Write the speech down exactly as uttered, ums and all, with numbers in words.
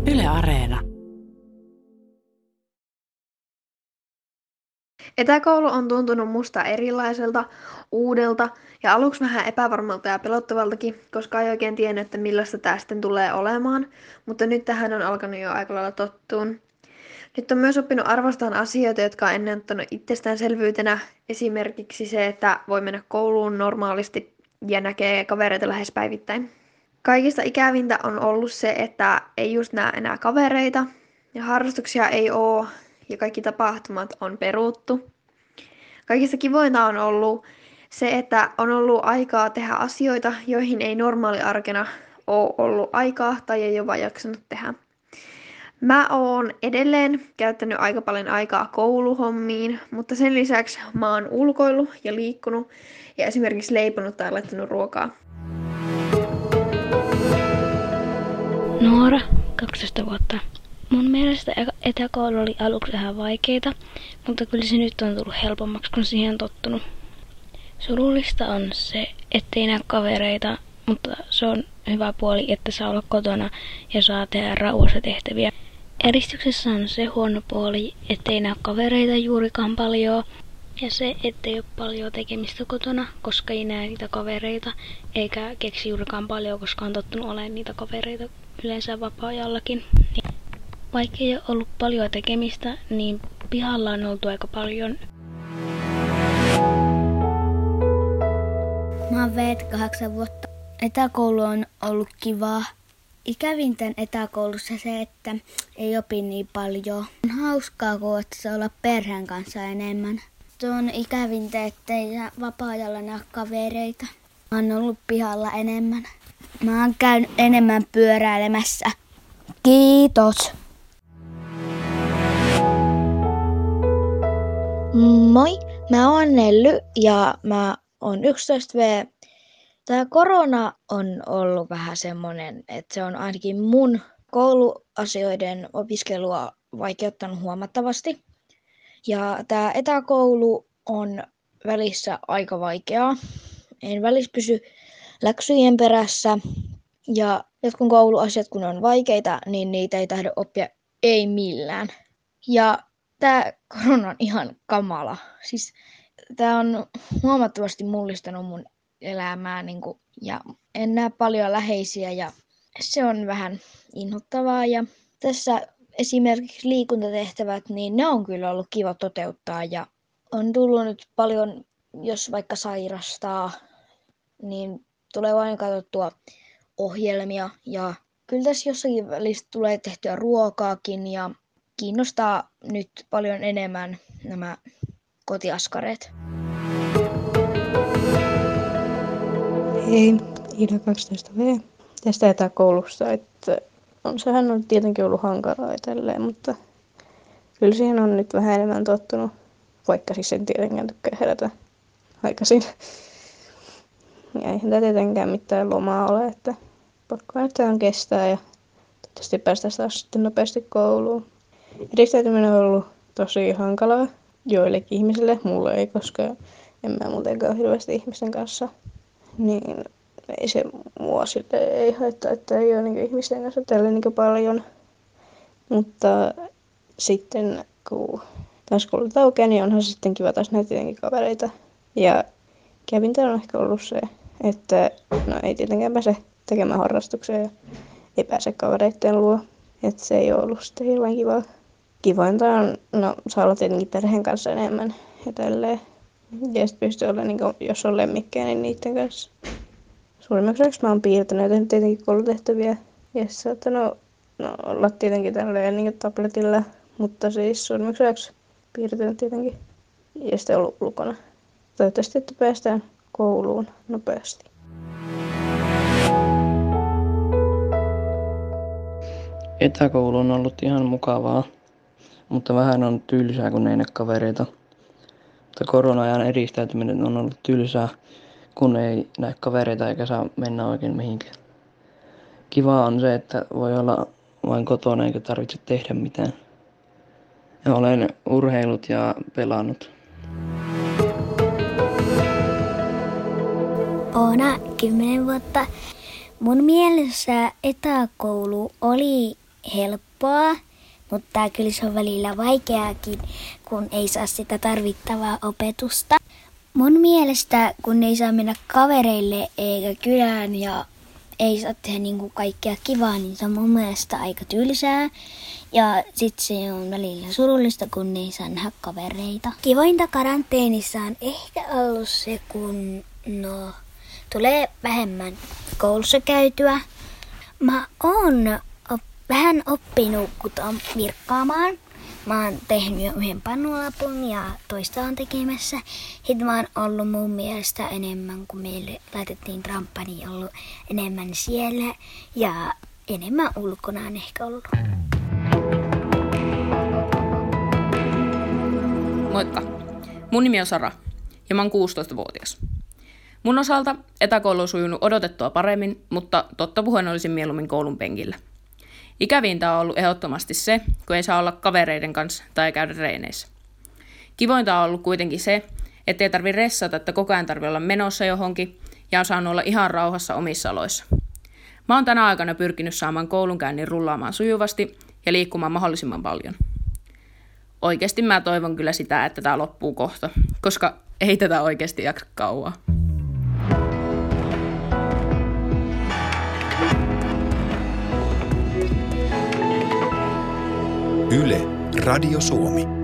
Yle Areena. Etäkoulu on tuntunut musta erilaiselta, uudelta ja aluksi vähän epävarmalta ja pelottavaltakin, koska ei oikein tiennyt, että millaista tämä sitten tulee olemaan, mutta nyt tähän on alkanut jo aika lailla tottuun. Nyt on myös oppinut arvostamaan asioita, jotka on ennen ottanut itsestäänselvyytenä, esimerkiksi se, että voi mennä kouluun normaalisti ja näkee kavereita lähes päivittäin. Kaikista ikävintä on ollut se, että ei just näe enää kavereita ja harrastuksia ei oo ja kaikki tapahtumat on peruttu. Kaikista kivointa on ollut se, että on ollut aikaa tehdä asioita, joihin ei normaaliarkena ole ollut aikaa tai ei ole vaan jaksanut tehdä. Mä oon edelleen käyttänyt aika paljon aikaa kouluhommiin, mutta sen lisäksi mä oon ulkoillut ja liikkunut ja esimerkiksi leiponut tai laittanut ruokaa. Noora, kaksitoista vuotta. Mun mielestä etäkoulu oli aluksi vähän vaikeita, mutta kyllä se nyt on tullut helpommaksi, kun siihen on tottunut. Surullista on se, ettei näe kavereita, mutta se on hyvä puoli, että saa olla kotona ja saa tehdä rauhassa tehtäviä. Eristyksessä on se huono puoli, ettei näe kavereita juurikaan paljon, ja se, ettei ole paljon tekemistä kotona, koska ei näe niitä kavereita, eikä keksi juurikaan paljon, koska on tottunut olemaan niitä kavereita yleensä vapaa-ajallakin. Vaikka ei ole ollut paljon tekemistä, niin pihalla on oltu aika paljon. Mä oon Veet, kahdeksan vuotta. Etäkoulu on ollut kivaa. Ikävintä etäkoulussa se, että ei opi niin paljon. On hauskaa, kun saa olla perheen kanssa enemmän. Tuo on ikävintä, ettei vapaa-ajalla näe kavereita. Mä oon ollut pihalla enemmän. Mä oon käynyt enemmän pyöräilemässä. Kiitos. Moi, mä oon Nelly ja mä oon yksitoista vuotias. Tämä korona on ollut vähän semmoinen, että se on ainakin mun kouluasioiden opiskelua vaikeuttanut huomattavasti. Ja tämä etäkoulu on välissä aika vaikeaa. En välissä pysy läksyjen perässä. Ja jotkut kouluasiat, kun on vaikeita, niin niitä ei tahdo oppia ei millään. Ja tämä korona on ihan kamala. Siis tämä on huomattavasti mullistanut mun elämää niin kuin, ja en näe paljon läheisiä ja se on vähän inhottavaa. Ja tässä esimerkiksi liikuntatehtävät, niin ne on kyllä ollut kiva toteuttaa ja on tullut nyt paljon, jos vaikka sairastaa, niin tulee vain katsottua ohjelmia ja kyllä tässä jossakin välissä tulee tehtyä ruokaakin ja kiinnostaa nyt paljon enemmän nämä kotiaskareet. Hei, Iida kaksitoista vuotias. Tästä etäkoulusta, että on sehän on tietenkin ollut hankalaa edelleen, mutta kyllä siihen on nyt vähän enemmän tottunut, vaikka siis en tietenkään tykkää herätä aikaisin. Ja eihän tämä tietenkään mitään lomaa ole, että pakko nyt on kestää ja toivottavasti päästään taas sitten nopeasti kouluun. Eristäytyminen on ollut tosi hankalaa joillekin ihmisille, mulle ei, koska en mä muutenkaan hirveästi ihmisten kanssa. Niin ei se mua sille ei haittaa, että ei ole niin ihmisten kanssa tällä niin paljon. Mutta sitten kun taas koulut aukeaa, niin onhan se sitten kiva taas näitä tietenkin kavereita. Ja kävintä on ehkä ollut se, että no ei tietenkään pääse tekemään harrastuksia ja ei pääse kavereiden luo. Että se ei ole ollut sitten hirveän kivaa. Kivointa on, no saa olla tietenkin perheen kanssa enemmän ja tälleen. Ja sitten pystyy olla, niin kuin, jos on lemmikkejä, niin niiden kanssa. Suurimmaksi osaksi mä oon piirtänyt ja tehnyt tietenkin koulutehtäviä. Ja saattanut no, olla tietenkin tälleen niin tabletilla, mutta siis suurimmaksi osaksi piirtänyt tietenkin. Ja sitten ollut ulkona. Toivottavasti, että päästään kouluun nopeasti. Etäkoulu on ollut ihan mukavaa, mutta vähän on tylsää, kun ei näe kavereita. Mutta korona-ajan eristäytyminen on ollut tylsää, kun ei näe kavereita eikä saa mennä oikein mihinkään. Kiva on se, että voi olla vain kotona eikä tarvitse tehdä mitään. Ja olen urheillut ja pelannut. Oona, kymmenen vuotta. Mun mielessä etäkoulu oli helppoa, mutta kyllä se on välillä vaikeaakin, kun ei saa sitä tarvittavaa opetusta. Mun mielestä, kun ei saa mennä kavereille eikä kylään ja ei saa tehdä niinku kaikkea kivaa, niin se on mun mielestä aika tylsää. Ja sitten se on välillä surullista, kun ei saa nähdä kavereita. Kivointa karanteenissa on ehkä ollut se, kun no, tulee vähemmän koulussa käytyä. Mä oon op- vähän oppinut kuton virkkaamaan. Mä oon tehnyt jo yhden pannulapun ja toista on tekemässä. Sitten mä oon ollut mun mielestä enemmän, kun meille laitettiin ramppa, niin ollut enemmän siellä. Ja enemmän ulkona on ehkä ollut. Moikka. Mun nimi on Sara ja mä oon kuusitoistavuotias. Mun osalta etäkoulu on sujunut odotettua paremmin, mutta totta puhuen olisin mieluummin koulun penkillä. Ikävintä on ollut ehdottomasti se, kun ei saa olla kavereiden kanssa tai käydä reeneissä. Kivointa on ollut kuitenkin se, ettei tarvi ressata, että koko ajan tarvitse olla menossa johonkin ja on saanut olla ihan rauhassa omissa aloissa. Mä oon tänä aikana pyrkinyt saamaan koulunkäynnin rullaamaan sujuvasti ja liikkumaan mahdollisimman paljon. Oikeasti mä toivon kyllä sitä, että tää loppuu kohta, koska ei tätä oikeasti jaksa kauaa. Yle, Radio Suomi.